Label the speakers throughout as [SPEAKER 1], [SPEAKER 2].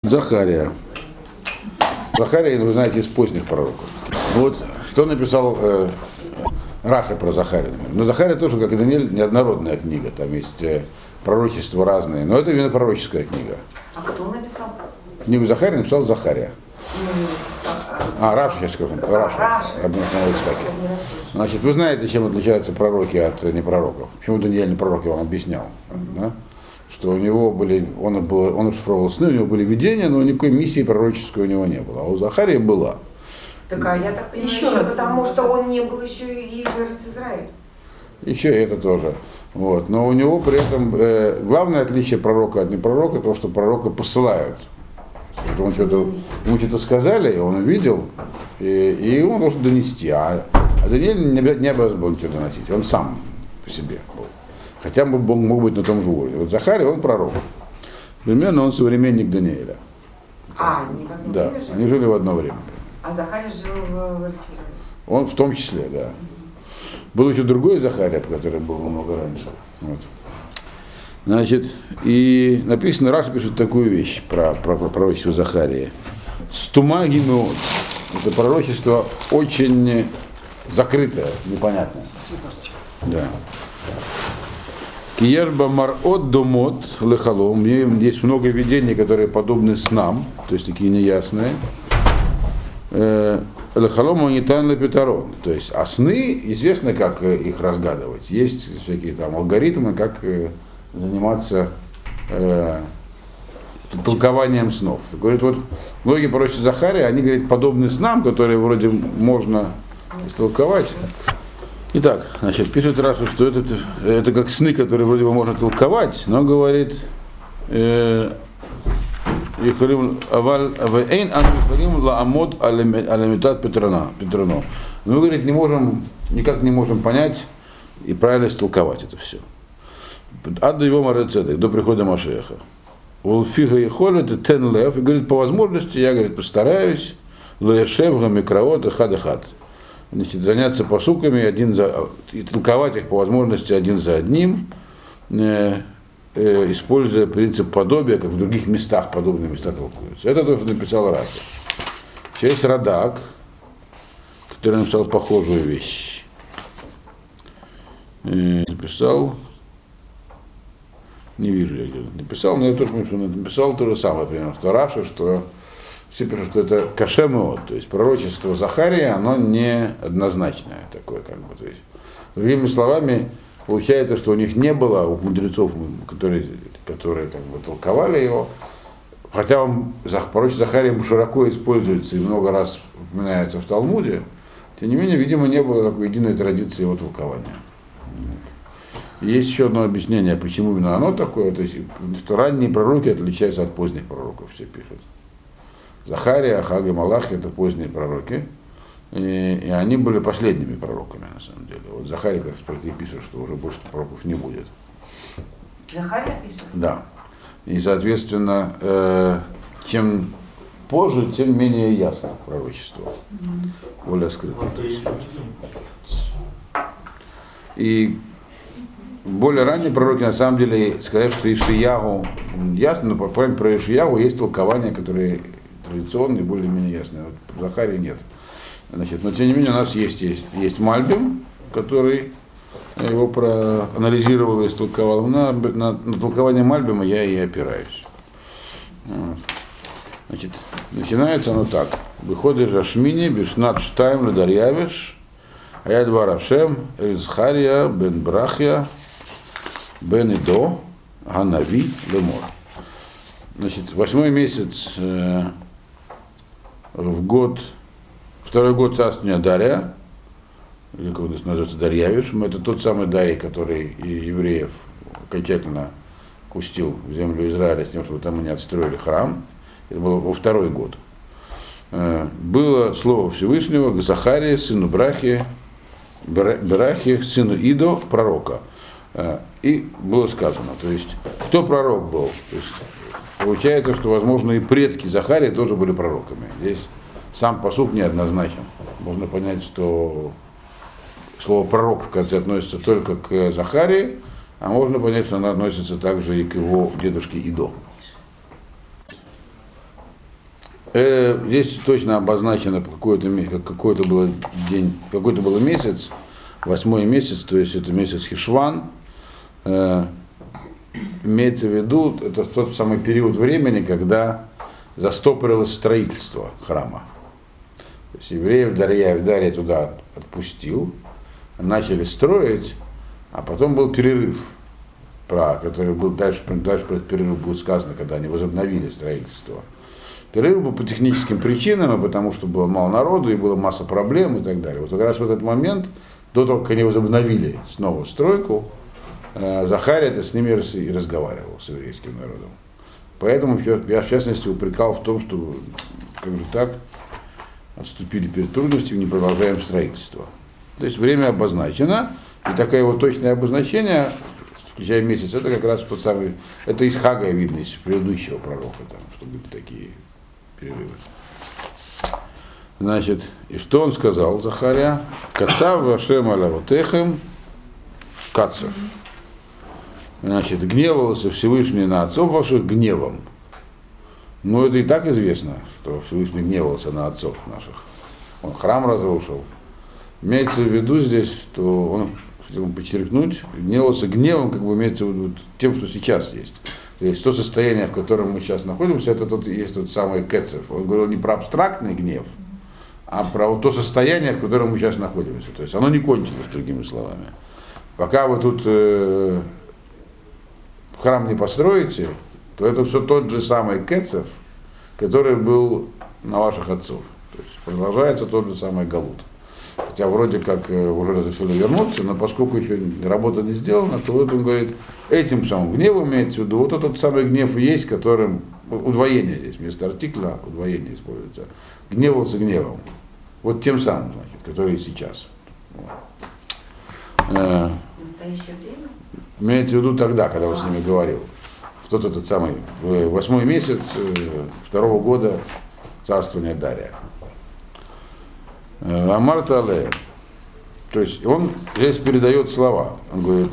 [SPEAKER 1] Захария. Захария, вы знаете, из поздних пророков. Вот что написал Раша про Захарию. Но Захария тоже, как и Даниэль, неоднородная книга. Там есть пророчества разные. Но это именно пророческая книга.
[SPEAKER 2] А кто написал?
[SPEAKER 1] Книгу Захария написал Захария. Раша, сейчас скажу. Раша. Значит, вы знаете, чем отличаются пророки от непророков. Почему Даниэль не пророк, я вам объяснял. Да? Что у него были, он расшифровывал сны, у него были видения, но никакой миссии пророческой у него не было. А у Захарии была.
[SPEAKER 2] Так, а я так понимаю, еще потому что он не был еще и в Израиле.
[SPEAKER 1] Еще и это тоже. Вот. Но у него при этом главное отличие пророка от непророка, то, что пророка посылают. Ему что-то сказали, он увидел, и он должен донести. А Даниэль не обязан был ничего доносить, он сам по себе был. Хотя бы мог быть на том же уровне. Вот Захарий, он пророк. Примерно он современник Даниэля.
[SPEAKER 2] Они в одно
[SPEAKER 1] да,
[SPEAKER 2] время жили?
[SPEAKER 1] Они жили в одно время.
[SPEAKER 2] А Захарий жил в Израиле?
[SPEAKER 1] Он в том числе, да. Был еще другой Захария, который был намного раньше. Вот. Значит, и написано, Раша пишет такую вещь про пророчество Захарии. Стума гимеот. Это пророчество очень закрытое, непонятное. Да. Киерба марот домот лехалом. Есть много видений, которые подобны снам, то есть такие неясные. Лехалом унитан лепитарон. То есть, а сны известно, как их разгадывать. Есть всякие там алгоритмы, как заниматься толкованием снов. Говорит, вот многие пророчества Захария, они говорят, подобны снам, которые вроде можно истолковать. Итак, значит, пишет Раша, что это как сны, которые вроде бы можно толковать, но говорит, мы говорит, никак не можем понять и правильно истолковать это все. Ад его марецедек, до прихода Машеха. Улфига и холит, тен лев, и говорит, по возможности, я, говорит, постараюсь, лешев, гамикраот, хад-хад. Значит, заняться посуками и толковать их по возможности один за одним, используя принцип подобия, как в других местах подобные места толкуются. Это то, что написал Раша. Есть Радак, который написал похожую вещь. Написал, не вижу я где-то написал, но я тоже помню, что он написал то же самое, примерно, что Раша, что все пишут, что это кашемеот, то есть пророчество Захария, оно не однозначное такое, как бы, то есть, другими словами, получается, что у них не было, у мудрецов, которые как бы толковали его, хотя пророчество Захария широко используется и много раз упоминается в Талмуде, тем не менее, видимо, не было такой единой традиции его толкования. Есть еще одно объяснение, почему именно оно такое, то есть, что ранние пророки отличаются от поздних пророков, все пишут. Захария, Хаг и Малах — это поздние пророки, и они были последними пророками, на самом деле. Вот Захария, как раз пишет, что уже больше пророков не будет.
[SPEAKER 2] Захария пишет? Да.
[SPEAKER 1] И, соответственно, чем позже, тем менее ясно пророчество, более скрыто. И более ранние пророки, на самом деле, сказать, что Ишиягу ясно, но про Ишиягу есть толкования, которые традиционные, более-менее ясные. Вот про Захарию нет. Значит, но тем не менее у нас есть Мальбим, который его проанализировал и истолковал. На толкование Мальбима я и опираюсь. Вот. Значит, начинается оно так. Выходит Жашмини, Бишнат Штайм, Ладарьявиш, Аят Варашем, Эльзхария, Бен Брахья, Бен Идо, Ганави, Лемор. Значит, 8-й месяц в год, второй год царствования Дария, или как он называется, Дарьявиш, это тот самый Дарий, который евреев окончательно пустил в землю Израиля с тем, чтобы там они отстроили храм. Это было во второй год. Было слово Всевышнего к Захарии, сыну Брахи, сыну Идо, пророка. И было сказано, то есть, кто пророк был? То есть, получается, что, возможно, и предки Захарии тоже были пророками. Здесь сам пасук неоднозначен. Можно понять, что слово пророк в конце относится только к Захарии, а можно понять, что оно относится также и к его дедушке Идо. Здесь точно обозначено какой-то был день, какой-то был месяц, 8-й месяц, то есть это месяц Хишван. Имеется в виду, это тот самый период времени, когда застопорилось строительство храма. То есть евреев Дарья туда отпустил, начали строить, а потом был перерыв, про который был дальше про этот перерыв будет сказано, когда они возобновили строительство. Перерыв был по техническим причинам, и потому что было мало народу, и была масса проблем и так далее. Вот как раз в этот момент, до того, как они возобновили снова стройку, Захария с ними и разговаривал, с еврейским народом. Поэтому я, в частности, упрекал в том, что, как же так, отступили перед трудностями, не продолжаем строительство. То есть время обозначено, и такое вот точное обозначение, включая месяц, это как раз тот самый, это из Хагая видно, из предыдущего пророка, там, что были такие перерывы. Значит, и что он сказал, Захария? Кацав вашем алавотехем кацав. Значит, гневался Всевышний на отцов ваших гневом. Ну, это и так известно, что Всевышний гневался на отцов наших. Он храм разрушил. Имеется в виду здесь, что он, хотел подчеркнуть, гневался гневом, как бы имеется в виду тем, что сейчас есть. То есть то состояние, в котором мы сейчас находимся, это есть тот самый кецев. Он говорил не про абстрактный гнев, а про вот то состояние, в котором мы сейчас находимся. То есть оно не кончилось, другими словами. Пока вы тут храм не построите, то это все тот же самый кецев, который был на ваших отцов. То есть продолжается тот же самый галут. Хотя вроде как уже разрешили вернуться, но поскольку еще работа не сделана, то вот он говорит, этим самым гневом имеется в виду, вот этот самый гнев есть, которым, удвоение здесь, вместо артикля удвоение используется, гневался гневом. Вот тем самым, значит, который и сейчас.
[SPEAKER 2] Настоящее время?
[SPEAKER 1] Имеется в виду тогда, когда он с ними говорил. В тот этот самый 8-й месяц 2-го года царствования Дария. Амар Тале. То есть он здесь передает слова. Он говорит,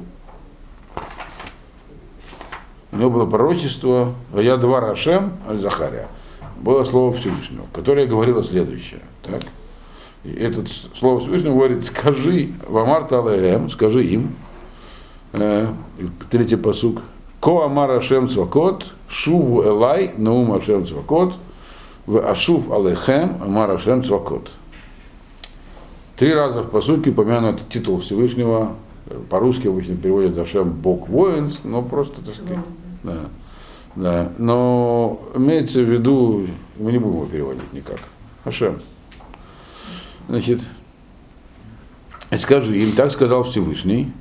[SPEAKER 1] у него было пророчество, я два Рашем аль-Захария. Было слово Всевышнего, которое говорило следующее. Так? И это слово Всевышнего говорит, скажи, Амар Тале, скажи им, третий пасук, Ко Амар Ашем Цвакот, Шуву Элай, Наум Ашем Цвакот, в Ашув Алехем, Амар Ашем Цвакот. 3 раза в пасуке упомянут титул Всевышнего, по-русски обычно переводят Ашем Бог воинств, но просто, так сказать, да. Но имеется в виду, мы не будем его переводить никак, Ашем. Значит, скажи им, так сказал Всевышний,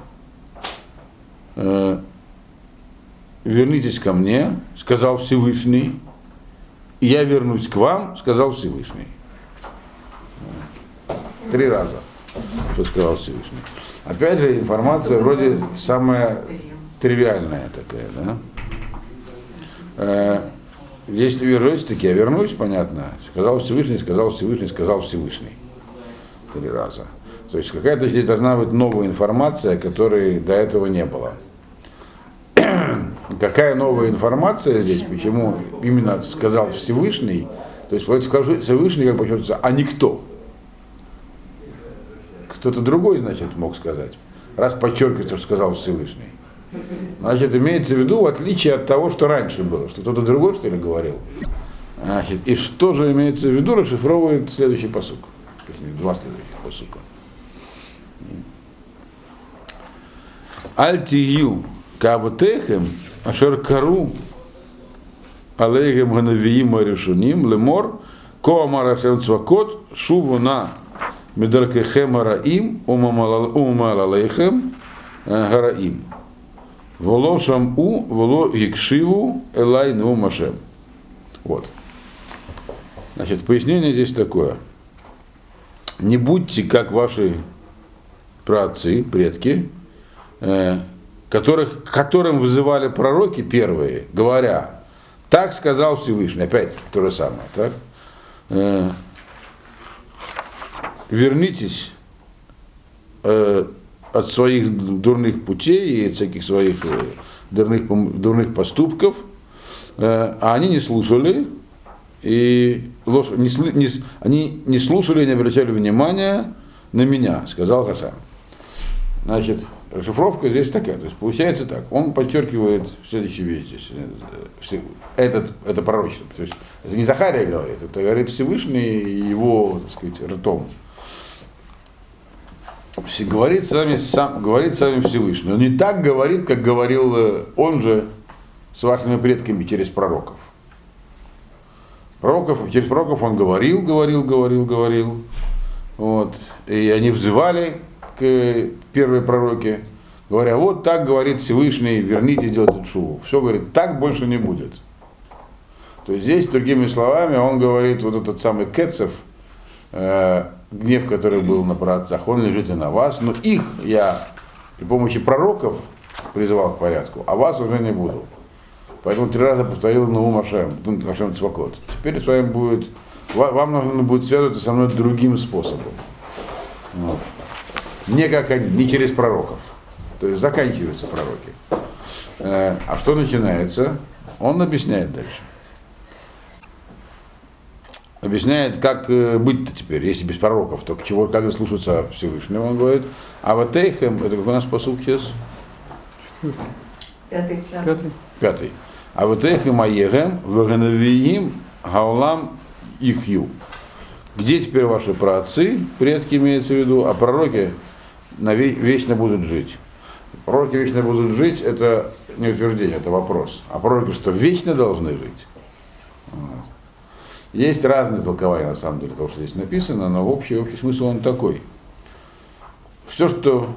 [SPEAKER 1] вернитесь ко мне, сказал Всевышний, и я вернусь к вам, сказал Всевышний. 3 раза, что сказал Всевышний. Опять же, информация вроде самая тривиальная такая, да? Если вернусь, таки я вернусь, понятно. Сказал Всевышний, сказал Всевышний, сказал Всевышний. 3 раза. То есть какая-то здесь должна быть новая информация, которой до этого не было. Какая новая информация здесь, почему именно сказал Всевышний, то есть Всевышний, как бы, а никто. Кто-то другой, значит, мог сказать, раз подчеркивается, что сказал Всевышний. Значит, имеется в виду, в отличие от того, что раньше было, что кто-то другой, что ли, говорил. Значит, и что же имеется в виду, расшифровывает следующий пасук. 2 следующих пасука. Аль-Тию кавтехем ашер кару алейгем ганавиим аришуним лемор ко амар Ашем Цвакот шувуна медаркехем араим умал алейхем гараим воло шаму воло якшиву элай неум Ашем. Вот. Значит, пояснение здесь такое. Не будьте как ваши праотцы, предки, которым вызывали пророки первые, говоря, так сказал Всевышний, опять то же самое, так? Вернитесь от своих дурных путей и от всяких своих дурных поступков, а они не слушали, и и они не слушали и не обращали внимания на меня, сказал Хашем. Значит, расшифровка здесь такая. То есть получается так. Он подчеркивает следующую вещь здесь. Это пророчество. То есть это не Захария говорит, это говорит Всевышний его, так сказать, ртом. Говорит с вами Всевышний. Он не так говорит, как говорил он же с вашими предками через пророков. Через пророков он говорил. Вот, и они взывали к первой пророке, говоря, вот так говорит Всевышний, вернитесь делать шуву. Все говорит, так больше не будет. То есть здесь, другими словами, он говорит, вот этот самый Кецев, гнев, который был на праотцах, он лежит и на вас, но их я при помощи пророков призывал к порядку, а вас уже не буду. Поэтому 3 раза повторил Наум Ашем Цвакот. Теперь с вами будет, вам нужно будет связываться со мной другим способом. Вот. Не как они, не через пророков. То есть заканчиваются пророки. А что начинается? Он объясняет дальше. Объясняет, как быть-то теперь, если без пророков, то как заслушаться Всевышнего, он говорит. А вот Эйхем, это как у нас посыл сейчас? 5. А вот Эйхем Аегем, Ваганавиим, Гаулам Ихью. Где теперь ваши праотцы, предки имеется в виду, а пророки вечно будут жить. Пророки вечно будут жить, это не утверждение, это вопрос. А пророки что, вечно должны жить? Вот. Есть разные толкования, на самом деле, того, что здесь написано, но общий смысл он такой. Все, что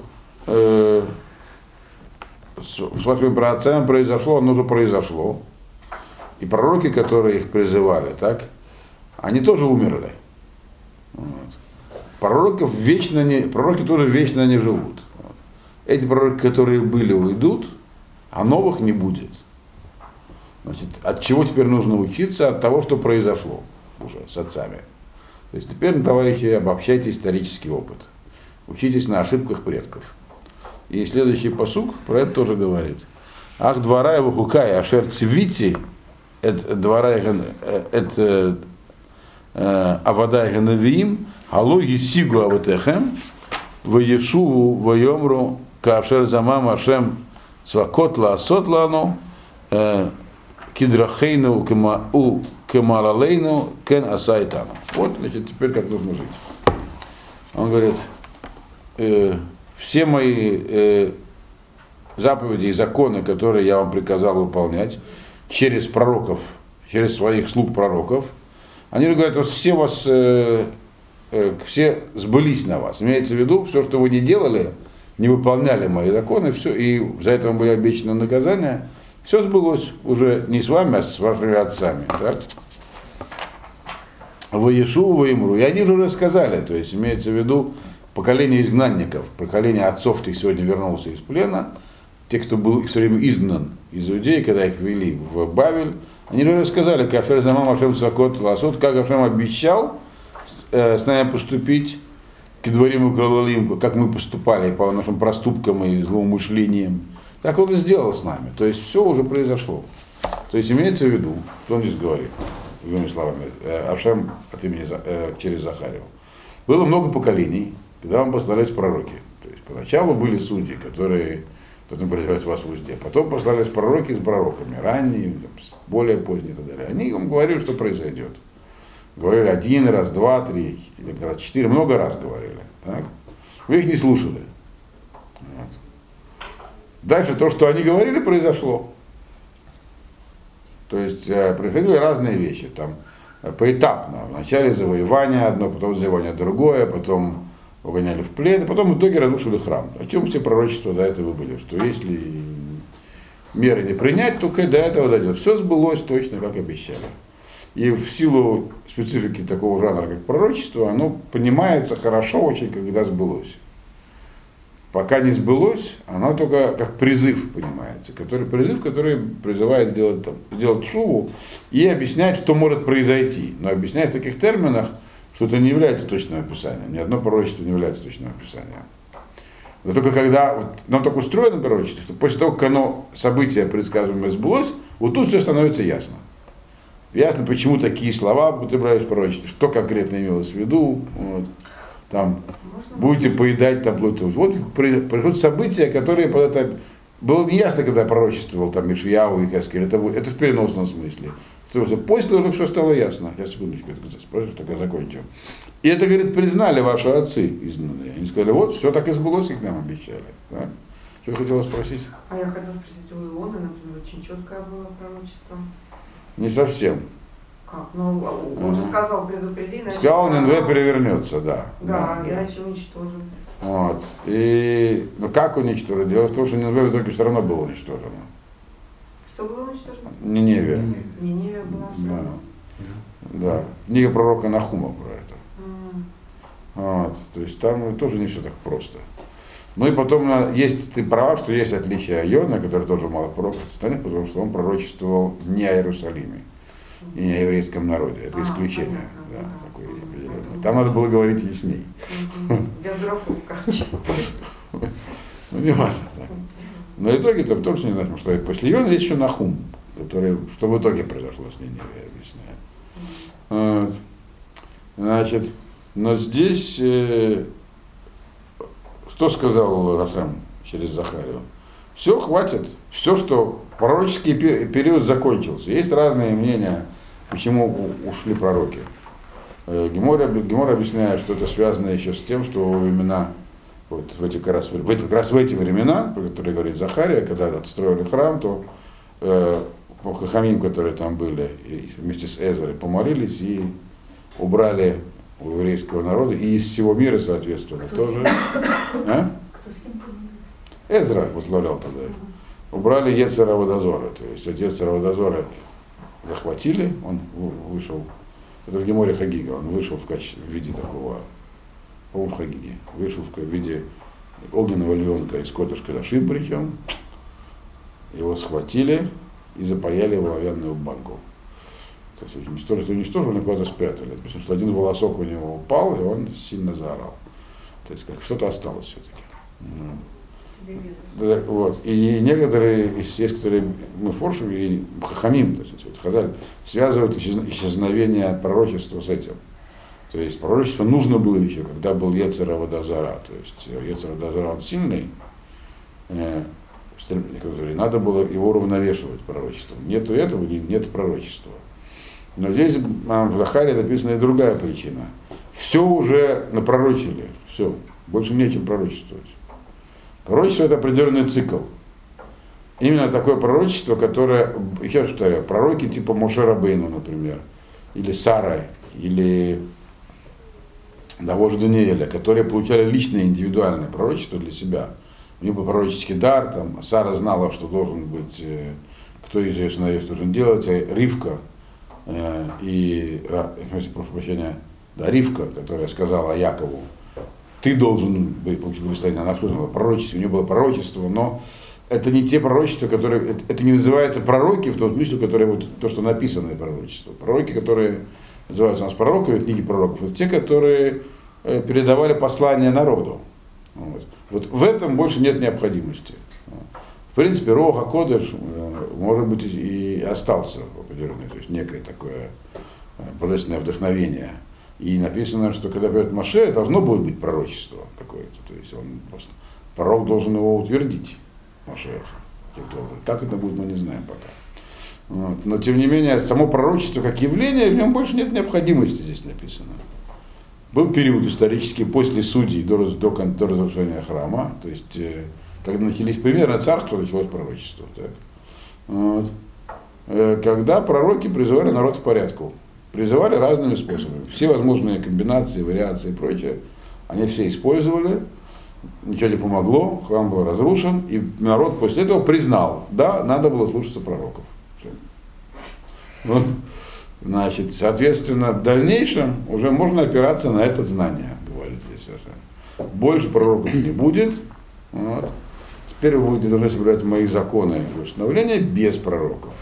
[SPEAKER 1] с вашими праотцами произошло, оно уже произошло. И пророки, которые их призывали, так, они тоже умерли. Вот. Пророки тоже вечно не живут. Вот. Эти пророки, которые были, уйдут, а новых не будет. Значит, от чего теперь нужно учиться? От того, что произошло уже с отцами. То есть теперь, товарищи, обобщайте исторический опыт. Учитесь на ошибках предков. И следующий пасук про это тоже говорит. Ах, двора его хукай, ашер цвити, авадай ганавиим, алоги сигу аватехем, ваешуву вайомру, кашер замам ашем цвакот лаасот лану, кидрахейну кемалалейну кен асайтану. Вот, значит, теперь как нужно жить. Он говорит, все мои заповеди и законы, которые я вам приказал выполнять через пророков, через своих слуг пророков, они же говорят, все сбылись на вас. Имеется в виду, все, что вы не делали, не выполняли мои законы, все, и за это вам были обещаны наказания, все сбылось уже не с вами, а с вашими отцами. Так? Воешу, воемру. И они же уже сказали, то есть имеется в виду поколение изгнанников, поколение отцов, тех сегодня вернулся из плена, те, кто был все время изгнан из Иудеи, когда их вели в Бавель, они же сказали, как Ашем обещал с нами поступить, к дворим и кололим, как мы поступали по нашим проступкам и злоумышлениям, так он и сделал с нами. То есть все уже произошло. То есть имеется в виду, что он здесь говорит, другими словами, Ашем от имени через Захарию. Было много поколений, когда вам послались пророки. То есть поначалу были судьи, которые должны были держать вас в узде. Потом послались пророки с пророками, ранние, более поздние и так далее. Они вам говорили, что произойдет. Говорили 1 раз, 2, 3, или 4, много раз говорили. Так? Вы их не слушали. Вот. Дальше то, что они говорили, произошло. То есть происходили разные вещи. Там, поэтапно. Вначале завоевание одно, потом завоевание другое, потом угоняли в плен, и потом в итоге разрушили храм. О чем все пророчества до этого были, что если меры не принять, то до этого дойдет. Все сбылось точно, как обещали. И в силу специфики такого жанра, как пророчество, оно понимается хорошо очень, когда сбылось. Пока не сбылось, оно только как призыв понимается, призыв, который призывает сделать шуву и объясняет, что может произойти. Но объясняет в таких терминах, что это не является точным описанием. Ни одно пророчество не является точным описанием. Но только когда, оно так устроено пророчество, что после того, как событие предсказуемое сбылось, вот тут все становится ясно. Ясно, почему такие слова употребляешь в пророчестве, что конкретно имелось в виду. Вот. Там будете поедать там плоть. Вот происходят события, которые было неясно, когда пророчествовал там Ишияу и Хескель. Это в переносном смысле. После уже все стало ясно. Я секундочку, спрошу, так я закончу. И это, говорит, признали ваши отцы изгнанные. Они сказали, вот, все так и сбылось, как нам обещали. Да? Что ты хотела спросить?
[SPEAKER 2] А я хотела спросить, у Иона, например, очень четкое было пророчество.
[SPEAKER 1] Не совсем.
[SPEAKER 2] Как? Ну, он же сказал, предупреди, иначе...
[SPEAKER 1] Сказал, Нинве перевернется, да.
[SPEAKER 2] Да, иначе уничтожим.
[SPEAKER 1] Вот. Ну как уничтожить? Дело в том, что Нинве в итоге все равно было уничтожено.
[SPEAKER 2] Что было уничтожено?
[SPEAKER 1] Ниневия.
[SPEAKER 2] Ниневия была все.
[SPEAKER 1] Да. Книга пророка Нахума про это. Вот. То есть там тоже не все так просто. Ну и потом есть, ты права, что есть отличие Иона, который тоже мало пророк остальных, потому что он пророчествовал не о Иерусалиме и не о еврейском народе. Это исключение. Да, такое определенное. Там надо было говорить ясней.
[SPEAKER 2] Для дураков, короче.
[SPEAKER 1] Ну не важно. Но в итоге там точно не знаем, что после Иона есть еще Нахум, который, что в итоге произошло с Ниневией, я объясняю. Вот. Значит, но здесь, что сказал Рашем через Захарию? Все, хватит. Все, что пророческий период закончился. Есть разные мнения, почему ушли пророки. Гемор объясняет, что это связано еще с тем, что во времена, вот как раз в эти времена, про которые говорит Захария, когда отстроили храм, то хахамим, которые там были, вместе с Эзрой помолились и убрали у еврейского народа и из всего мира, соответственно, тоже.
[SPEAKER 3] Кто с кем помолился?
[SPEAKER 1] Эзра возглавлял тогда. Убрали Ецера Водозора. То есть Ецера Водозора захватили, он вышел, это в Геморе Хагига, он вышел в виде такого, по-моему, Хагиги, вышел в виде огненного львенка из Котушка Дашим причем. Его схватили и запаяли в оловянную банку. То есть уничтожили, куда-то спрятали. Потому что один волосок у него упал, и он сильно заорал. То есть как что-то осталось все-таки. Да, вот. И некоторые есть, которые мы форшим и хахамим, Хазаль, связывают исчезновение пророчества с этим. То есть пророчество нужно было еще, когда был Ецер Водозора. То есть Ецер Водозора он сильный, надо было его уравновешивать пророчеством. Нету этого, нет пророчества. Но здесь в Захаре написана и другая причина. Все уже напророчили, все, больше нечем пророчествовать. Пророчество – это определенный цикл. Именно такое пророчество, которое, еще раз повторяю, пророки типа Моше Рабейну, например, или Сарай, или того же Даниэля, которые получали личное индивидуальное пророчество для себя. У них был пророческий дар, там, Сара знала, что должен быть, кто из ее сыновей должен делать, а Ривка, прошу прощения, Ривка, которая сказала Якову, ты должен быть, получить благословение, она сказала пророчество, у нее было пророчество, но это не те пророчества, которые, это не называется пророки в том смысле, которые вот то, что написанное пророчество. Пророки, которые называются у нас пророками, книги пророков, это те, которые передавали послание народу. Вот в этом больше нет необходимости. В принципе, Руах ха-Кодеш, может быть, и остался определенный, то есть некое такое божественное вдохновение. И написано, что когда придет Моше, должно будет быть пророчество какое-то. То есть пророк должен его утвердить, Моше. Как это будет, мы не знаем пока. Вот. Но тем не менее, само пророчество как явление, в нем больше нет необходимости, здесь написано. Был период исторический после судей до разрушения храма, то есть когда начались примерно царство, началось пророчество. Так. Вот. Когда пророки призывали народ к порядку. Призывали разными способами. Все возможные комбинации, вариации и прочее, они все использовали, ничего не помогло, храм был разрушен, и народ после этого признал, да, надо было слушаться пророков. Вот. Значит, соответственно, в дальнейшем уже можно опираться на это знание, говорит здесь уже. Больше пророков не будет. Вот. Теперь вы будете должны соблюдать мои законы и установления без пророков.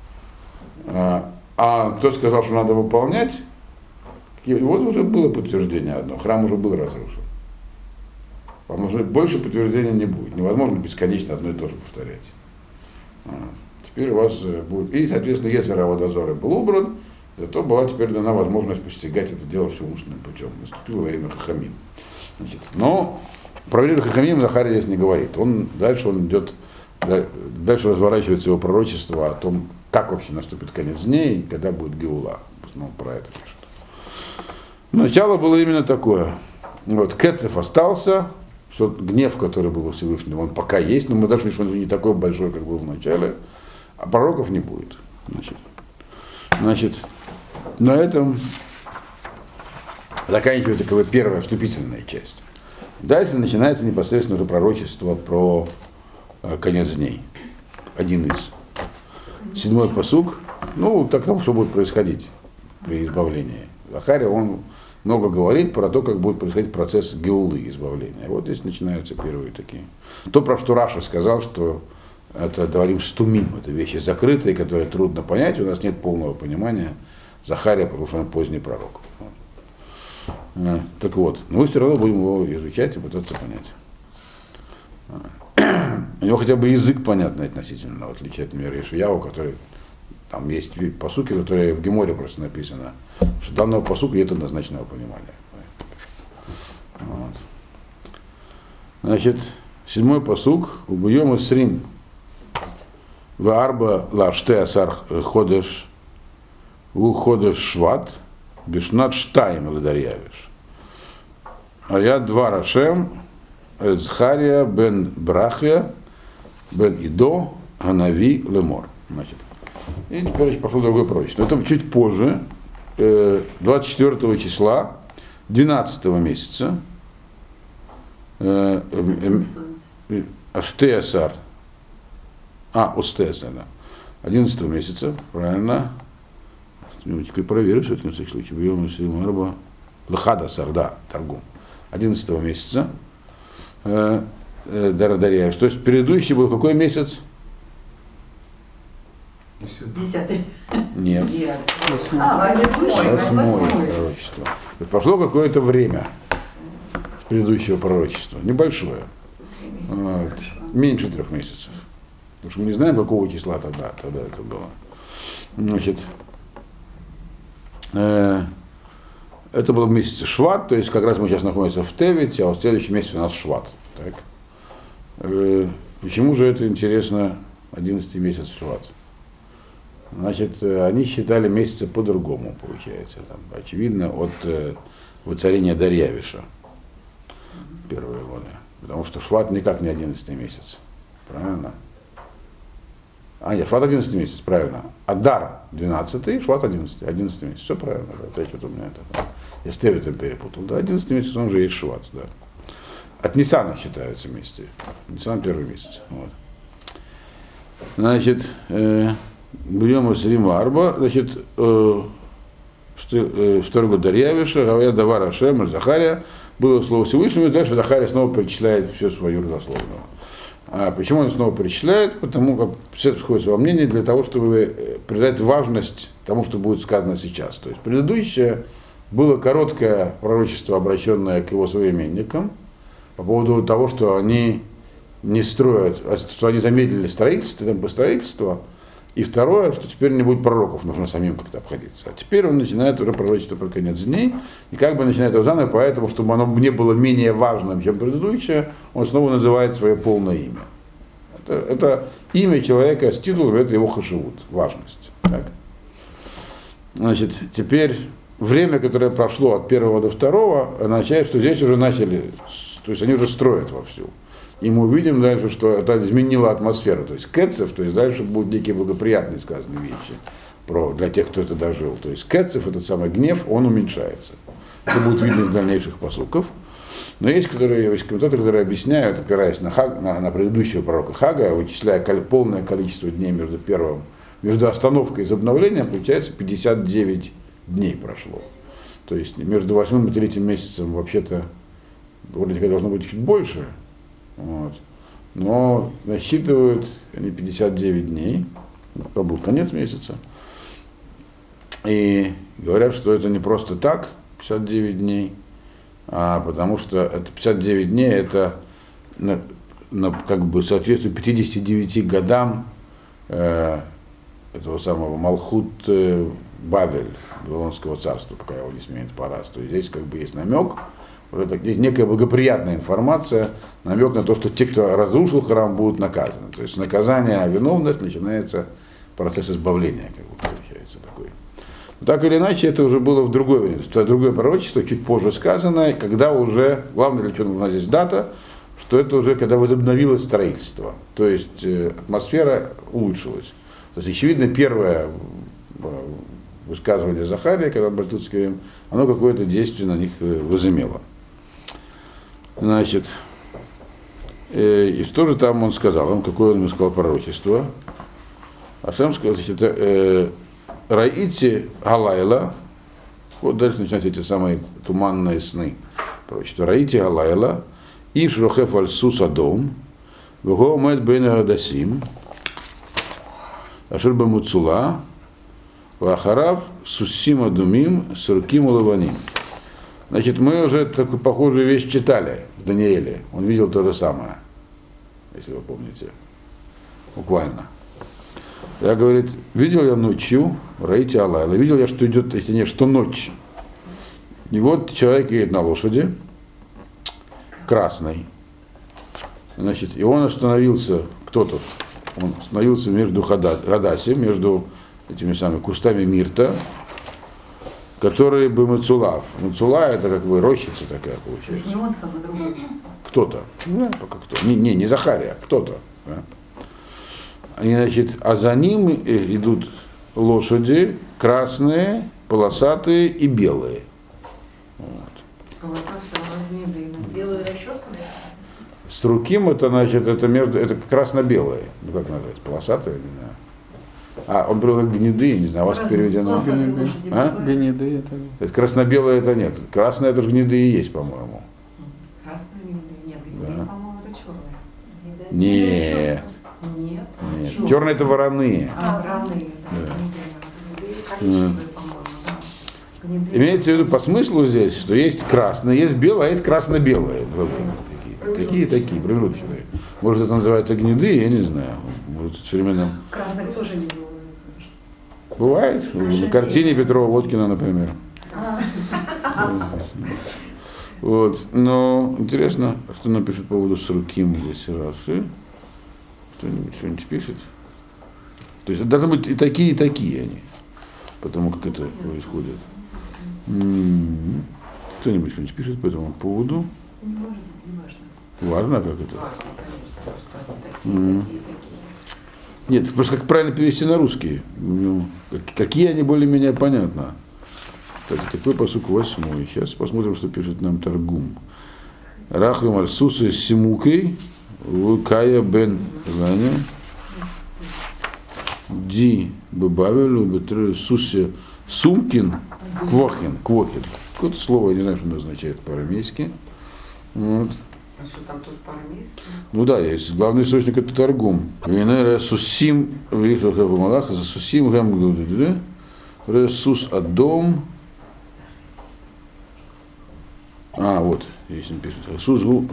[SPEAKER 1] А кто сказал, что надо выполнять, и вот уже было подтверждение одно, храм уже был разрушен. Больше подтверждения не будет. Невозможно бесконечно одно и то же повторять. Теперь у вас будет. И, соответственно, Ецер Водозора был убран, Зато была теперь дана возможность постигать это дело все умственным путем. Наступило время Хахамим. Значит, но про время Хахамим Захария здесь не говорит. Дальше он идет, дальше разворачивается его пророчество о том, как вообще наступит конец дней, когда будет Геула. В основном про это пишет. Начало было именно такое. Вот, Кецев остался, что гнев, который был у Всевышнего, он пока есть, но мы даже видим, что он не такой большой, как был в начале, а пророков не будет. Значит, на этом заканчивается как бы первая вступительная часть. Дальше начинается непосредственно уже пророчество про конец дней. Один из. 7-й пасук, так там, что будет происходить при избавлении. Захария, он много говорит про то, как будет происходить процесс геулы, избавления. Вот здесь начинаются первые такие. То, про что Раша сказал, что это говорим стумим, это вещи закрытые, которые трудно понять, у нас нет полного понимания Захария, потому что он поздний пророк. Так вот, но мы все равно будем его изучать и пытаться понять. У него хотя бы язык понятный относительно, в отличие от например, Ишаяу, который там есть пасуки, которые в Геморе просто написано, что данного пасука нет однозначного понимания. Вот. Значит, 7-й пасук, убьем Исрим, Ваарба лаште асар ходеш, ходеш шват, бишнат штайм ладарьявиш. А я два Рашем, Захария бен Брахия, бен Идо, Ганави Лемор. Значит, и теперь пошло другое пророчество. Это чуть позже, 24 числа 12 месяца, Аштеасар, Остеасар, да, 11 месяца, правильно, минуточку проверю, все-таки на всякий случай, Бьем Сримарба, Лахадасар, да, торгум, 11 месяца, Дарадарьяш, то есть предыдущий был какой месяц?
[SPEAKER 3] 10-й.
[SPEAKER 1] Нет.
[SPEAKER 3] 8-й.
[SPEAKER 1] Пророчество. Прошло какое-то время с предыдущего пророчества. Небольшое. Вот. Меньше 3 месяцев. Потому что мы не знаем, какого числа тогда это было. Значит, это был месяц Шват, то есть как раз мы сейчас находимся в Тевите, а в следующем месяце у нас Шват. Так? Почему же это интересно 11 месяц Шват? Значит, они считали месяцы по-другому, получается. Там, очевидно, от воцарения Дарьявиша первые годы. Потому что Шват никак не 11 месяц. Правильно? Нет, Шват 11 месяц, правильно. Адар 12, Шват 11, 11 месяц. Все правильно, да. Опять вот у меня это. Я с Тевитом перепутал. Да, 11 месяц, он же есть Шват, да. От Ниссана считаются месяцы. Ниссан первый месяц. Вот. Значит, Бьем Исрима Арба, значит, второй год Дарьявиша, Гавая Давар Ашем, Захария, было слово Всевышнего, и дальше Захария снова перечисляет всю свою родословную. А почему он снова перечисляет? Потому как все сходятся во мнении для того, чтобы придать важность тому, что будет сказано сейчас. То есть предыдущее было короткое пророчество, обращенное к его современникам, по поводу того, что они не строят, что они замедлили строительство, темпы строительства. И второе, что теперь не будет пророков, нужно самим как-то обходиться. А теперь он начинает уже пророчество про конец дней, и как бы начинает его заново, поэтому, чтобы оно не было менее важным, чем предыдущее, он снова называет свое полное имя. Это имя человека с титулом, это его хашивут, важность. Так? Значит, теперь время, которое прошло от первого до второго, означает, что здесь уже начали, то есть они уже строят вовсю. И мы увидим дальше, что это изменило атмосферу. То есть Кецев, то есть дальше будут некие благоприятные сказанные вещи для тех, кто это дожил. То есть Кецев, этот самый гнев, он уменьшается. Это будет видно из дальнейших пасуков. Но есть комментаторы, которые объясняют, опираясь на предыдущего пророка Хага, вычисляя полное количество дней между остановкой и возобновлением, получается 59 дней прошло. То есть между 8 и 3 месяцем вообще-то вроде как должно быть чуть больше. Вот. Но насчитывают они 59 дней, это был конец месяца, и говорят, что это не просто так, 59 дней, а потому что это 59 дней, это как бы соответствует 59 годам этого самого Малхут Бавель Вавилонского царства, пока его не сменит Парас. То есть здесь как бы есть намек, здесь некая благоприятная информация, намек на то, что те, кто разрушил храм, будут наказаны. То есть наказание виновных начинается процесс избавления, как бы получается такой. Но так или иначе, это уже было в другое время, в другое пророчество, чуть позже сказано, когда уже, главное для чего у нас здесь дата, что это уже когда возобновилось строительство, то есть атмосфера улучшилась. То есть, очевидно, первое высказывание Захария, когда обратился к ним, оно какое-то действие на них возымело. Значит, и что же там он сказал? Он какое он ему сказал пророчество? Ашем сказал, значит, Раити Галайла, вот дальше начинаются эти самые туманные сны. Пророчество. Раити Галайла, Иш Рохеф Аль-Сус Адом, Вего Мед Бен Радасим, Ашер Бамуцула, Вахарав Сусим Адумим, Сурким Улаваним. Значит, мы уже такую похожую вещь читали в Данииле. Он видел то же самое, если вы помните. Буквально. Я, говорит, видел я ночью, Раити Алайла, видел я, что идет, если нет, что ночь. И вот человек едет на лошади, красный. Значит, и он остановился, кто-то, он остановился между Хадаси, между этими самыми кустами мирта, которые бы Мацулав. Мацула это как бы рощица такая получается.
[SPEAKER 3] Не он сам, а другой.
[SPEAKER 1] Кто-то. Ну, пока кто. Не Захария, кто-то. Да? И, значит, а за ним идут лошади красные, полосатые и белые. Вот.
[SPEAKER 2] Белые расчесанные?
[SPEAKER 1] С руким это, значит, это красно-белые. Ну как называется? Полосатые, не знаю. А, он привел как гнеды, не знаю, у вас переведено.
[SPEAKER 4] Гнеды это.
[SPEAKER 1] Это красно-белое это нет. Красное это же гнеды и есть, по-моему.
[SPEAKER 2] Красные гнеды? Нет, гнеды,
[SPEAKER 1] Да.
[SPEAKER 2] по-моему, это черные.
[SPEAKER 1] Нет.
[SPEAKER 2] Нет.
[SPEAKER 1] Нет. Черные это вороные.
[SPEAKER 2] Вороные,
[SPEAKER 1] Да.
[SPEAKER 2] Гнеды коричневые, по-моему, да. Гнеды.
[SPEAKER 1] Имеется в виду по смыслу здесь, что есть красные, есть белые, а есть красно-белые. Такие, промежуточные. Может, это называется гнеды, я не знаю. Может, в современном...
[SPEAKER 3] Красных тоже не было.
[SPEAKER 1] Бывает. На картине Петрова Водкина, например. Вот. Но интересно, что напишет по поводу Сруким здесь Раши. Что-нибудь пишет. То есть должны быть и такие они. Потому как это происходит. Кто-нибудь что-нибудь пишет по этому поводу?
[SPEAKER 3] Не важно, не важно.
[SPEAKER 1] Важно, как это? Нет, просто как правильно перевести на русский. Ну, какие они более-менее понятно. Так, такой посук 8. Сейчас посмотрим, что пишет нам Таргум. Рахвим аль-Сусы с Симукой, Кая бен Заня, Ди Бабавелю, Бетры Сусе Сумкин, Квохин. Какое-то слово, я не знаю, что оно означает по-арамейски. Вот.
[SPEAKER 2] А что там тоже по-арамейски?
[SPEAKER 1] Ну да, есть главный источник это Таргум. Венера Сусим, Вихаха Малаха, за Сусим Гам Ресус Адом. А, вот, здесь он пишет. Ресус Гу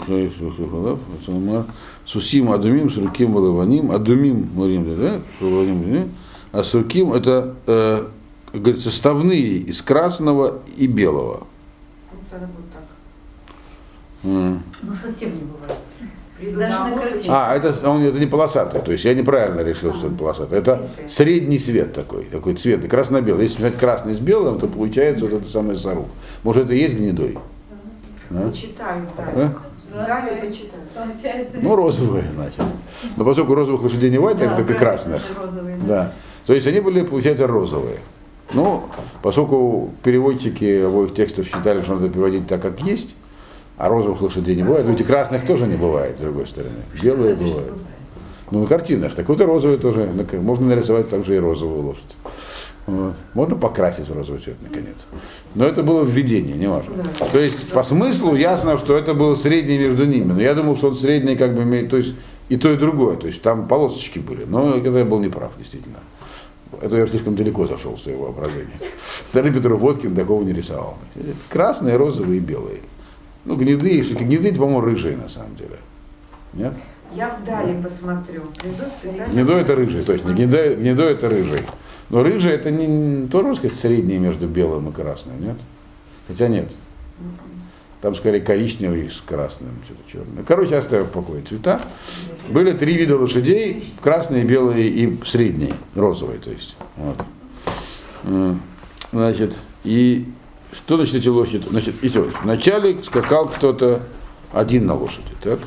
[SPEAKER 1] Сусим Адумим, Сурким Балаваним, Адумим Марим, да? А Сурким это, как говорится, составные из красного и белого.
[SPEAKER 2] Ну, тогда будет так.
[SPEAKER 3] Ну, совсем не бывает. Даже на картине.
[SPEAKER 1] Это не полосатый, то есть я неправильно решил, что это полосатый. Это средний цвет такой цвет, красно-белый. Если взять красный с белым, то получается вот это самое сарух. Может, это и есть гнедой? А?
[SPEAKER 2] Почитаю, да.
[SPEAKER 1] А?
[SPEAKER 2] Да, я почитаю.
[SPEAKER 1] Ну, розовые, значит. Но поскольку розовых лошадей не бывает, так как и красных. Да. То есть они были, получается, розовые. Ну, поскольку переводчики обоих текстов считали, что надо переводить так, как есть, а розовых лошадей не бывает, ведь и красных тоже не бывает, с другой стороны. Белые бывают. Ну, на картинах. Так вот и розовые тоже. Можно нарисовать также и розовую лошадь. Вот. Можно покрасить в розовый цвет, наконец. Но это было введение, не важно. То есть, по смыслу ясно, что это было среднее между ними. Но я думал, что он средний как бы имеет, то есть и то, и другое. То есть там полосочки были. Но это я был неправ, действительно. Это я слишком далеко зашел в свое воображение. Даже Петров Водкин такого не рисовал. Красные, розовые и белые. Ну, гнеды, гнеды, это, по-моему, рыжие на самом деле. Нет?
[SPEAKER 2] Я вдали посмотрю. Приду специально.
[SPEAKER 1] Гнедой это рыжий, точно. Гнедой это рыжий. Но рыжая это не то, можно сказать, среднее между белым и красным, нет? Хотя нет. Там скорее коричневый с красным, что-то черное. Короче, оставим в покое цвета. Были 3 вида лошадей: красные, белые и средние, розовые, то есть. Вот. Значит, и что значит эти лошади? Значит, и все. Вначале скакал кто-то один на лошади, так?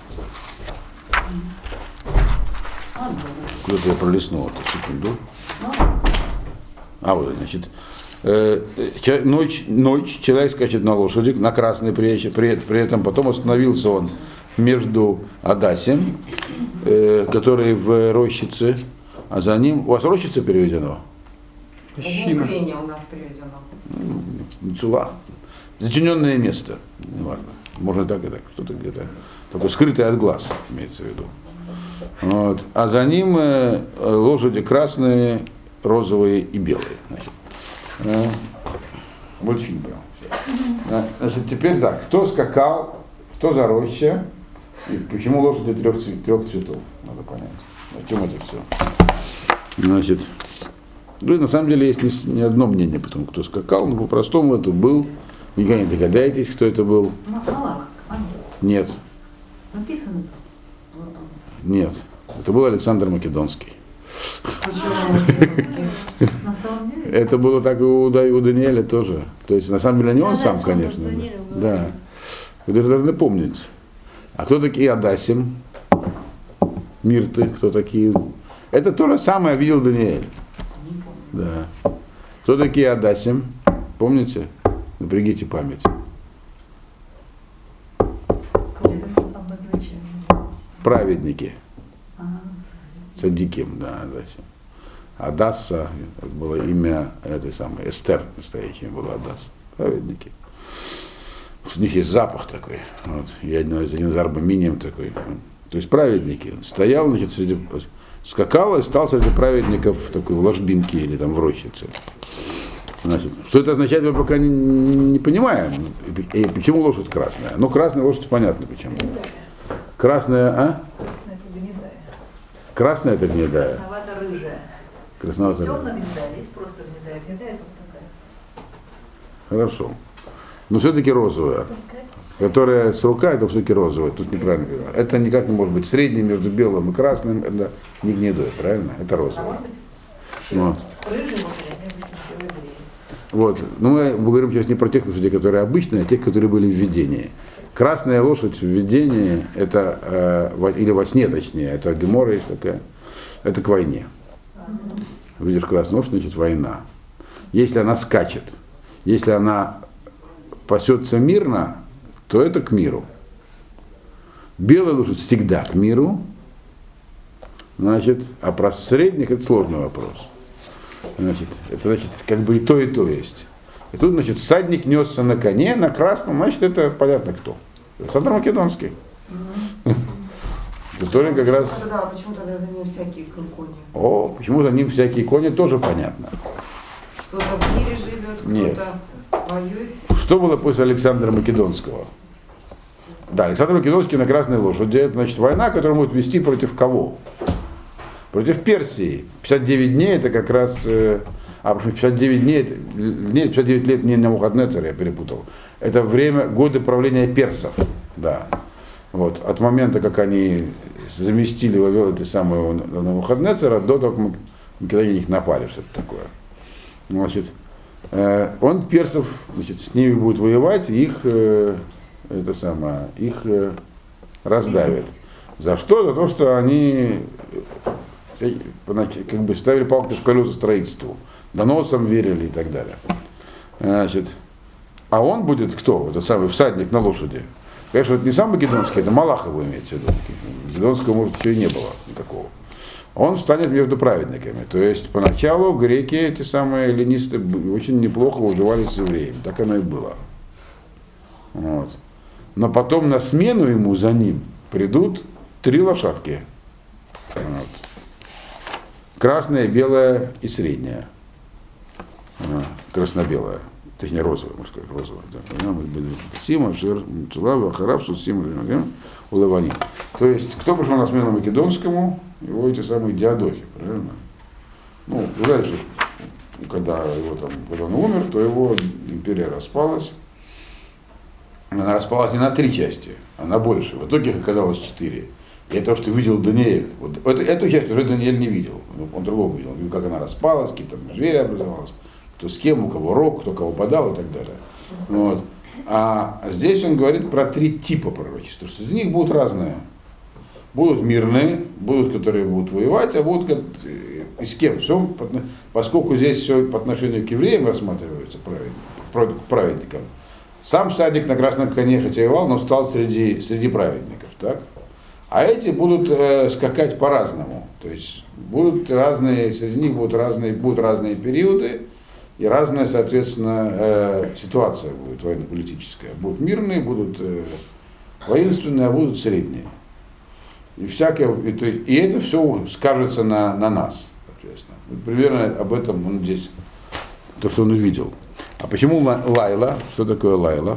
[SPEAKER 1] Куда-то я пролистнул это, секунду. Вот, значит, ночь человек скачет на лошади, на красной при этом потом остановился он между Адасем, который в рощице, а за ним, у вас рощица переведено?
[SPEAKER 2] Углубление у нас переведено.
[SPEAKER 1] Мцула. Затененное место, неважно. Можно так и так, что-то где-то такое скрытое от глаз, имеется в виду. Вот. А за ним лошади красные, розовые и белые. Мультфильм прям. Значит, теперь так, кто скакал, что за роща, и почему лошади 3 цветов, надо понять. О чем это все? Значит, ну, на самом деле есть не одно мнение, потому кто скакал, но по-простому это был, вы никогда не догадаетесь, кто это был.
[SPEAKER 3] Малах.
[SPEAKER 1] Нет.
[SPEAKER 3] Написано.
[SPEAKER 1] Нет. Это был Александр Македонский.
[SPEAKER 3] На самом деле?
[SPEAKER 1] Это было так и у Даниэля тоже. То есть, на самом деле, не он сам, конечно. Да. Вы даже должны помнить. А кто такие Адасим? Мирты, кто такие? Это то же самое видел Даниэль. Да. Кто такие Адасим? Помните? Напрягите память. Праведники. Цадиким, да, Адасим. Адасса было имя этой самой Эстер, настоящее было Адасса. Праведники. У них есть запах такой. Вот. И один из арбаминием такой. То есть праведники. Он стоял, значит, скакал и стал среди праведников в такой ложбинке или там в рощице. Значит, что это означает, мы пока не понимаем. И почему лошадь красная? Ну, красная лошадь понятно почему. Красная, а? Красная это гнедая.
[SPEAKER 2] Красновато-рыжая.
[SPEAKER 1] Красновато-рыжая.
[SPEAKER 2] Темно-гнедая, есть просто гнедая. Гнедая это вот такая.
[SPEAKER 1] Хорошо. Но все-таки розовая. Которая с рука, это все-таки розовая. Тут неправильно говорю. Это никак не может быть среднее между белым и красным. Это не гнедое, правильно? Это розовое. Вот. Вот. Но мы говорим сейчас не про тех лошадей, которые обычные, а тех, которые были в видении. Красная лошадь в видении, это, или во сне точнее, это гемора есть такая, это к войне. Видишь красную лошадь, значит война. Если она скачет, если она пасется мирно, то это к миру. Белая лошадь всегда к миру, значит, а про средних это сложный вопрос. Значит, это значит, как бы и то есть. И тут, значит, всадник несся на коне, на красном, значит, это понятно кто. Александр Македонский. Который как раз...
[SPEAKER 2] Да, почему тогда за ним всякие кони?
[SPEAKER 1] Почему за ним всякие кони, тоже понятно.
[SPEAKER 2] Кто-то в мире живет, кто-то воюет.
[SPEAKER 1] Что было после Александра Македонского? Да, Александр Македонский на красной лошади, это значит война, которую будут вести против кого? Против Персии. 59 дней это как раз... 59 дней, 59 лет не Навуходоносор, я перепутал. Это время, годы правления персов. Да. Вот. От момента, как они заместили Вавилон, этой самой Навуходоносора, до того, как мы на них напали, что-то такое. Значит, он персов, значит, с ними будет воевать, их раздавит. За что? За то, что они как бы ставили палки в колеса строительству. Доносам верили и так далее. Значит, а он будет кто? Этот самый всадник на лошади. Конечно, это не сам Македонский, это Малах его имеется в виду. Македонского, может, еще и не было никакого. Он станет между праведниками. То есть поначалу греки, эти самые эллинисты, очень неплохо уживались с евреями. Так оно и было. Вот. Но потом на смену ему за ним придут 3 лошадки. Вот. Красная, белая и средняя. Красно-белая. Точнее, розовая, можно сказать, розовая. Сима, Цулава, Ахаравшу, Сима, Улавани. То есть, кто пришел на смену Македонскому? Его эти самые диадохи, правильно? Ну, дальше. когда он умер, то его империя распалась. Она распалась не на 3 части, а на больше. В итоге их оказалось 4. И это то, что видел Даниэль. Вот эту часть уже Даниэль не видел. Он другого видел. Он видел, как она распалась, какие-то звери образовались, кто с кем, у кого рог, кто кого подал и так далее. Вот. А здесь он говорит про 3 типа пророчества, что из них будут разные. Будут мирные, будут, которые будут воевать, а будут и с кем. Все, поскольку здесь все по отношению к евреям рассматривается праведникам. Сам всадник на красном коне хотя и воевал, но стал среди праведников. Так? А эти будут скакать по-разному. То есть будут разные, среди них будут разные периоды и разная, соответственно, ситуация будет военно-политическая. Будут мирные, будут воинственные, а будут средние. И это все скажется на нас, соответственно. Вот примерно об этом он здесь, то, что он увидел. А почему Лайла? Что такое Лайла?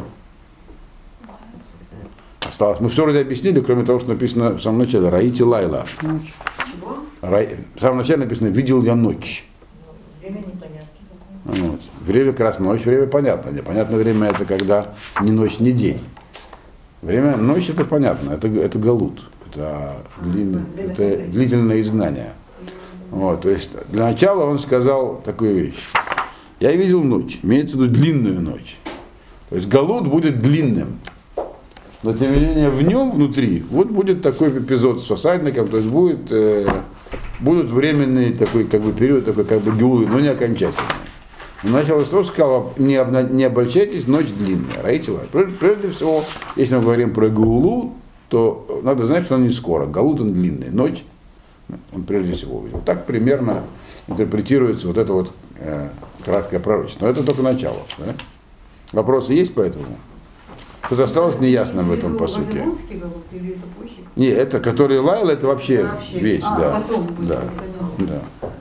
[SPEAKER 1] Осталось. Мы все вроде объяснили, кроме того, что написано в самом начале. Раити Лайла.
[SPEAKER 2] Чего?
[SPEAKER 1] В самом начале написано «Видел я ночь».
[SPEAKER 2] Время непонятно.
[SPEAKER 1] Вот. Время как раз ночь, время понятно. Непонятное время это когда ни ночь, ни день. Время ночь это понятно, это галут. Это длительное изгнание. Вот, то есть для начала он сказал такую вещь. Я видел ночь, имеется в виду длинную ночь. То есть галут будет длинным. Но тем не менее в нем внутри вот будет такой эпизод с всадником, то есть будут временный такой как бы период, такой как бы геулы, но не окончательный. Он начал с того, что сказал, не обольщайтесь, ночь длинная. Прежде всего, если мы говорим про геулу, то надо знать, что он не скоро. Галут он длинный, ночь он прежде всего увидел. Так примерно интерпретируется вот это вот краткое пророчество. Но это только начало. Да? Вопросы есть по этому? Что-то осталось неясно в этом посуке. Не, это, который Лайла, это вообще весь, да. Да. Да.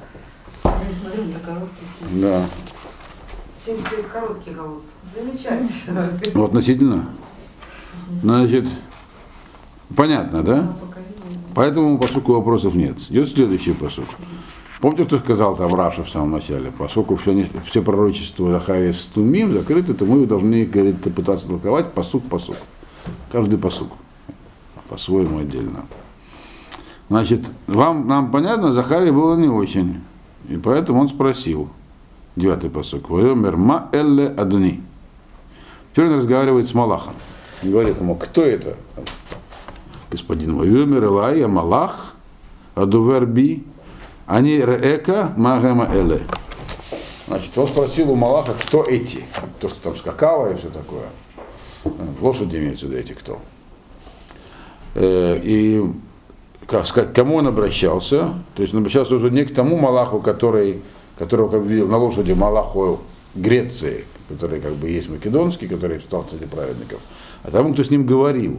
[SPEAKER 1] Да.
[SPEAKER 2] Всем стоит короткий галут. Замечательно.
[SPEAKER 1] Ну, относительно. Значит, понятно, да? По этому посуку вопросов нет. Идет следующий посук. Помните, что сказал там Раша в самом начале? Поскольку все пророчества Захария с Тумим закрыты, то мы должны, говорит, пытаться толковать посук. Каждый посук. По-своему отдельно. Значит, нам понятно, Захария было не очень. И поэтому он спросил. 9-й посук. Вайомер ма элле адуни. Теперь он разговаривает с Малахом. Он говорит ему, кто это? Господин Вайомер Элай, Малах, Адуверби, они реэка магема эле. Значит, он спросил у Малаха, кто эти? То, что там скакало и все такое. Лошади имеются сюда эти кто. И как сказать, к кому он обращался? То есть он обращался уже не к тому Малаху, которого как видел на лошади Малаху Греции, который как бы есть македонский, который стал среди праведников, а тому, кто с ним говорил.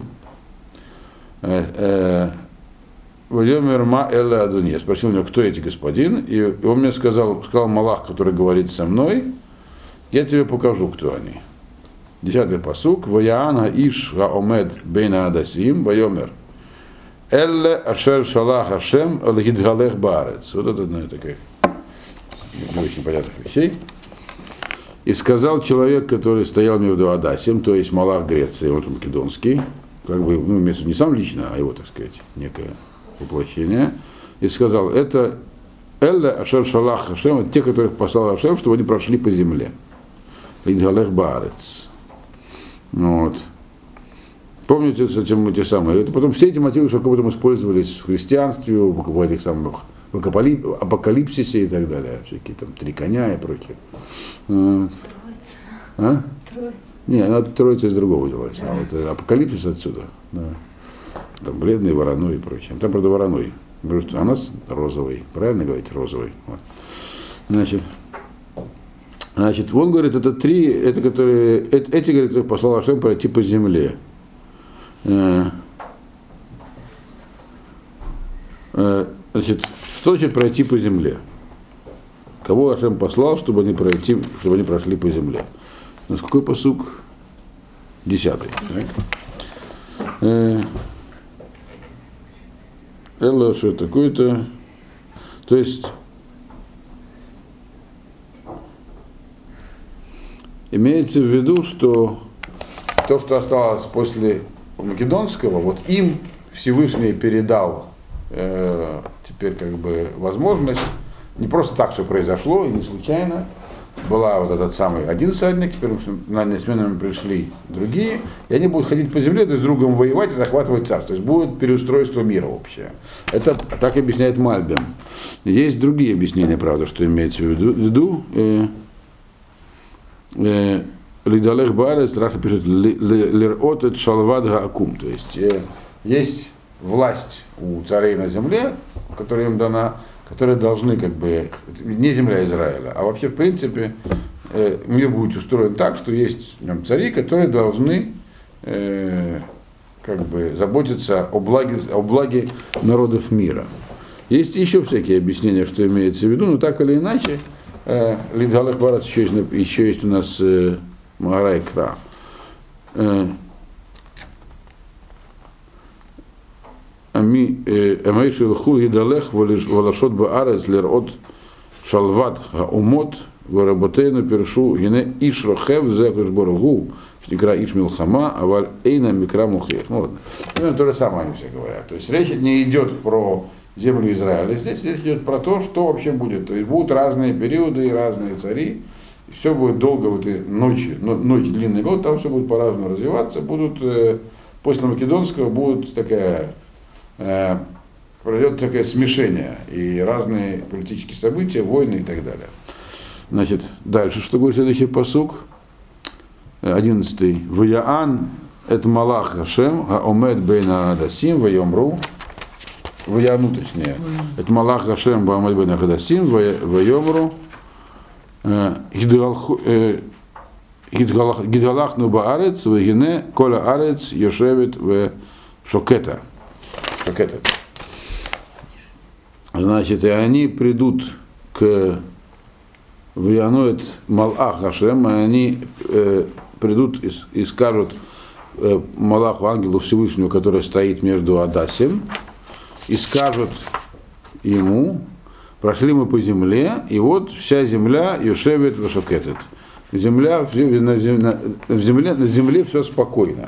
[SPEAKER 1] Я спросил у него, кто эти господин, и он мне сказал Малах, который говорит со мной, я тебе покажу, кто они. 10-й пасук. Ваяана иш гаомед бейна адасим, вайомер. Элле ашер шалах ашем алгидгалех баарец. Вот это одна из таких не очень понятных вещей. И сказал человек, который стоял между Адасим, то есть Малах Греции, он же македонский, как бы, не сам лично, а его, так сказать, некое воплощение, и сказал, это Элле ашер шалах ашем, те, которых послал Ашем, чтобы они прошли по земле. Алгидгалех баарец. Вот. Помните с этим эти самые? Это потом все эти мотивы, что потом использовались в христианстве, в этих самых в апокалипсисе и так далее. Всякие там 3 коня и прочее. Вот.
[SPEAKER 3] Троица.
[SPEAKER 1] А?
[SPEAKER 3] Троица.
[SPEAKER 1] Не, она Троица из другого взялась. А вот апокалипсис отсюда. Да. Там бледный, вороной и прочее. Там, правда, вороной. А у нас розовый. Правильно говорить? Розовый. Вот. Значит, он говорит, это 3, эти, говорит, которые послал Ашем пройти по земле. Значит, что значит пройти по земле? Кого Ашем послал, чтобы они прошли по земле? У нас какой пасук? 10-й. Элла, что такое-то? То есть, имеется в виду, что то, что осталось после Македонского, вот им Всевышний передал теперь как бы возможность, не просто так все произошло, и не случайно, была вот этот самый один всадник, теперь на смену пришли другие, и они будут ходить по земле, друг с другом воевать и захватывать царство. То есть будет переустройство мира общее. Это так объясняет Мальбим. Есть другие объяснения, правда, что имеется в виду. Лидалех Барес, Раша пишет, Лиротет Шалвад Гаакум. То есть власть у царей на земле, которая им дана, которые должны, как бы, не земля Израиля, а вообще, в принципе, мир будет устроен так, что есть там цари, которые должны как бы заботиться о благе народов мира. Есть еще всякие объяснения, что имеется в виду, но так или иначе, Лидгалех Барец еще есть у нас Магара Икра. Амейши лхул гидалех валашот баарец лерот шалват хаумот ваработейну першу гине иш рохев зекуш боргу шникра иш милхама аваль эйна микра мухех. Ну ладно. Примерно то же самое они все говорят. То есть речь не идет про землю Израиля, здесь речь идет про то, что вообще будет. То есть будут разные периоды и разные цари. И все будет долго в этой ночи, ночь длинный год, там все будет по-разному развиваться. Будут после Македонского будет такая пройдет такое смешение и разные политические события, войны и так далее. Значит, дальше, что говорит следующий пасук? 11. Ваяан это Малах Хашем, Омед Бейна Адасим, Вайомру. Ваяну, точнее. Это Малах Хашем, Омед Бейна Адасим, Вайомру. Гидгалахну Баарец, Вагине, Коля Арец, Йошевит, в Шокета. Значит, и они придут к Ваяноет Малах Хашем, и они придут и скажут Малаху, ангелу Всевышнего, который стоит между Адасим, и скажут ему: прошли мы по земле, и вот вся земля Йошевит Вашокетет. На земле все спокойно.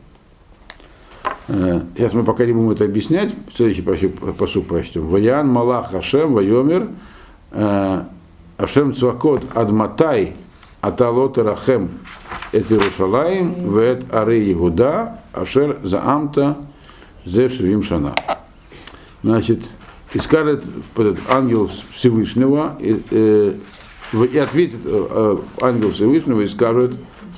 [SPEAKER 1] Сейчас мы пока не будем это объяснять. Следующий пасук прочтем. Ваян Малах Хашем Вайомер Ашем Цвакот Адматай Аталот Рахем Эт Иерушалаим Вет Ары Игуда Ашер Заамта Зев Шевим Шана. Значит, и скажет ангел Всевышнего, и ответит ангел Всевышнего и скажет: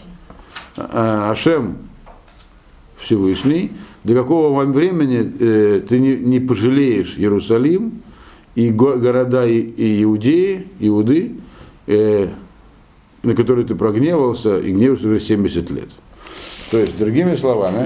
[SPEAKER 1] Ашем Всевышний, до какого времени ты не пожалеешь Иерусалим и города Иуды, на которые ты прогневался и гневаешься уже 70 лет. То есть, другими словами,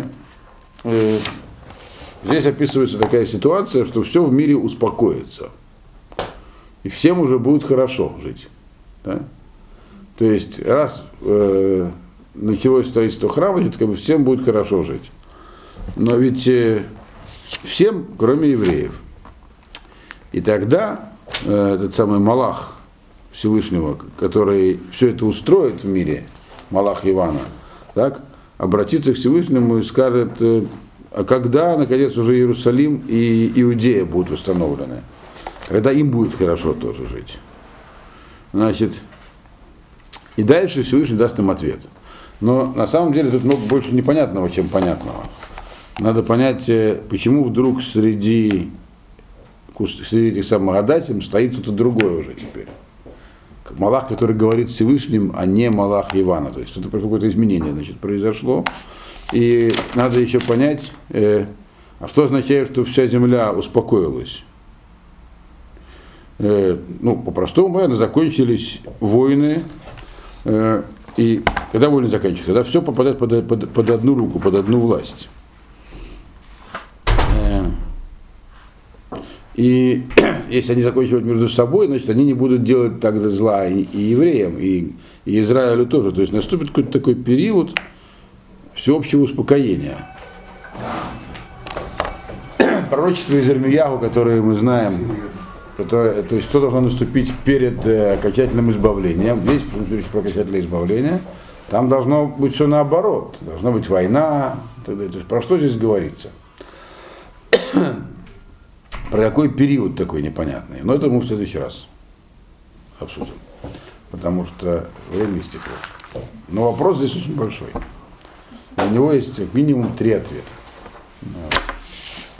[SPEAKER 1] здесь описывается такая ситуация, что все в мире успокоится. И всем уже будет хорошо жить. Да? То есть, раз началось строительство храма, значит, как бы всем будет хорошо жить. Но ведь всем, кроме евреев. И тогда этот самый Малах Всевышнего, который все это устроит в мире, Малах Ивана, так, обратится к Всевышнему и скажет: а когда, наконец, уже Иерусалим и Иудея будут установлены? Когда им будет хорошо тоже жить. Значит, и дальше Всевышний даст им ответ. Но на самом деле тут много больше непонятного, чем понятного. Надо понять, почему вдруг среди этих самых Адасим стоит кто-то другой уже теперь. Малах, который говорит с Всевышним, а не Малах Ивана. То есть что-то какое-то изменение, значит, произошло. И надо еще понять, а что означает, что вся земля успокоилась. По-простому, наверное, закончились войны. И когда войны заканчиваются? Когда все попадает под одну руку, под одну власть. И если они закончивают между собой, значит, они не будут делать так же зла и евреям, и Израилю тоже. То есть наступит какой-то такой период всеобщего успокоения. Пророчество из Ирмияху, которое мы знаем, то есть что должно наступить перед окончательным избавлением. Здесь про окончательное избавление. Там должно быть все наоборот. Должна быть война. То есть про что здесь говорится? Про какой период такой непонятный. Но это мы в следующий раз обсудим. Потому что время истекло. Но вопрос здесь очень большой. У него есть как минимум 3 ответа.